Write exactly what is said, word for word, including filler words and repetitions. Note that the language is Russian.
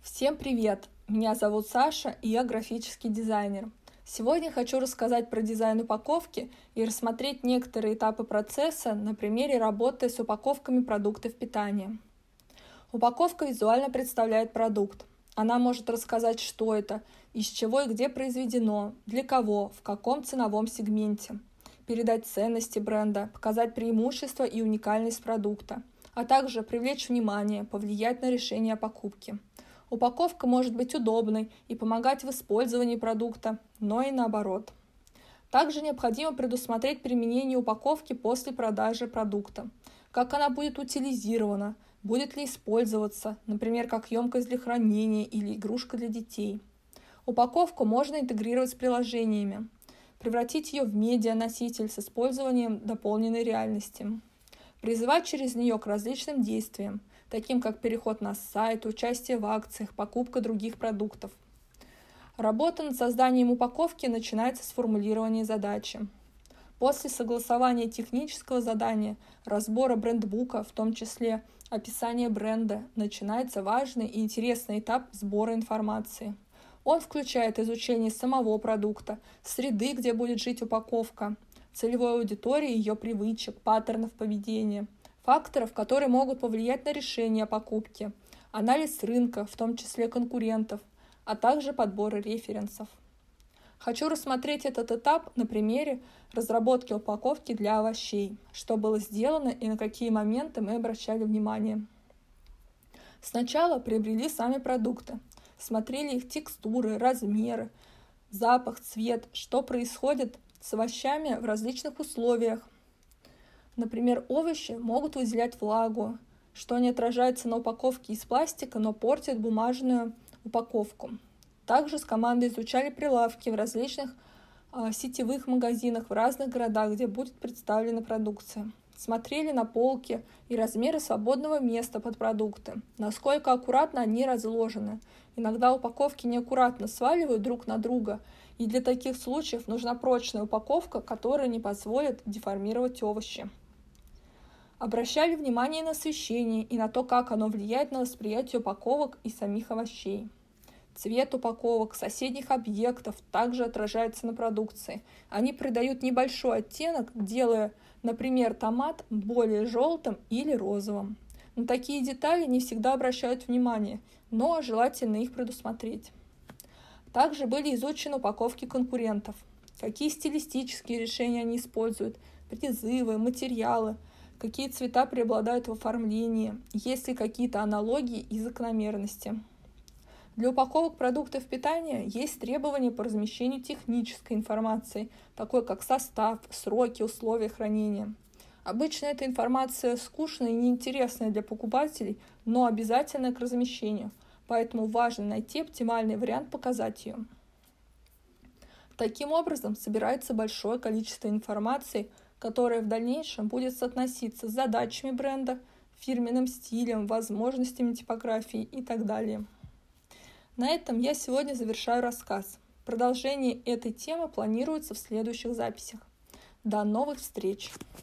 Всем привет! Меня зовут Саша, и я графический дизайнер. Сегодня хочу рассказать про дизайн упаковки и рассмотреть некоторые этапы процесса на примере работы с упаковками продуктов питания. Упаковка визуально представляет продукт. Она может рассказать, что это, из чего и где произведено, для кого, в каком ценовом сегменте, передать ценности бренда, показать преимущества и уникальность продукта, а также привлечь внимание, повлиять на решение о покупке. Упаковка может быть удобной и помогать в использовании продукта, но и наоборот. Также необходимо предусмотреть применение упаковки после продажи продукта, как она будет утилизирована, будет ли использоваться, например, как емкость для хранения или игрушка для детей. Упаковку можно интегрировать с приложениями, превратить ее в медианоситель с использованием дополненной реальности, призывать через нее к различным действиям, таким как переход на сайт, участие в акциях, покупка других продуктов. Работа над созданием упаковки начинается с формулирования задачи. После согласования технического задания, разбора брендбука, в том числе описания бренда, начинается важный и интересный этап сбора информации. Он включает изучение самого продукта, среды, где будет жить упаковка, целевой аудитории, ее привычек, паттернов поведения, факторов, которые могут повлиять на решение о покупке, анализ рынка, в том числе конкурентов, а также подбор референсов. Хочу рассмотреть этот этап на примере разработки упаковки для овощей, что было сделано и на какие моменты мы обращали внимание. Сначала приобрели сами продукты, смотрели их текстуры, размеры, запах, цвет, что происходит с овощами в различных условиях. Например, овощи могут выделять влагу, что не отражается на упаковке из пластика, но портит бумажную упаковку. Также с командой изучали прилавки в различных э, сетевых магазинах в разных городах, где будет представлена продукция. Смотрели на полки и размеры свободного места под продукты, насколько аккуратно они разложены. Иногда упаковки неаккуратно сваливают друг на друга, и для таких случаев нужна прочная упаковка, которая не позволит деформировать овощи. Обращали внимание на освещение и на то, как оно влияет на восприятие упаковок и самих овощей. Цвет упаковок соседних объектов также отражается на продукции. Они придают небольшой оттенок, делая, например, томат более желтым или розовым. На такие детали не всегда обращают внимание, но желательно их предусмотреть. Также были изучены упаковки конкурентов. Какие стилистические решения они используют, призывы, материалы, какие цвета преобладают в оформлении, есть ли какие-то аналогии и закономерности. Для упаковок продуктов питания есть требования по размещению технической информации, такой как состав, сроки, условия хранения. Обычно эта информация скучная и неинтересная для покупателей, но обязательная к размещению, поэтому важно найти оптимальный вариант показать ее. Таким образом, собирается большое количество информации, которая в дальнейшем будет соотноситься с задачами бренда, фирменным стилем, возможностями типографии и так далее. На этом я сегодня завершаю рассказ. Продолжение этой темы планируется в следующих записях. До новых встреч!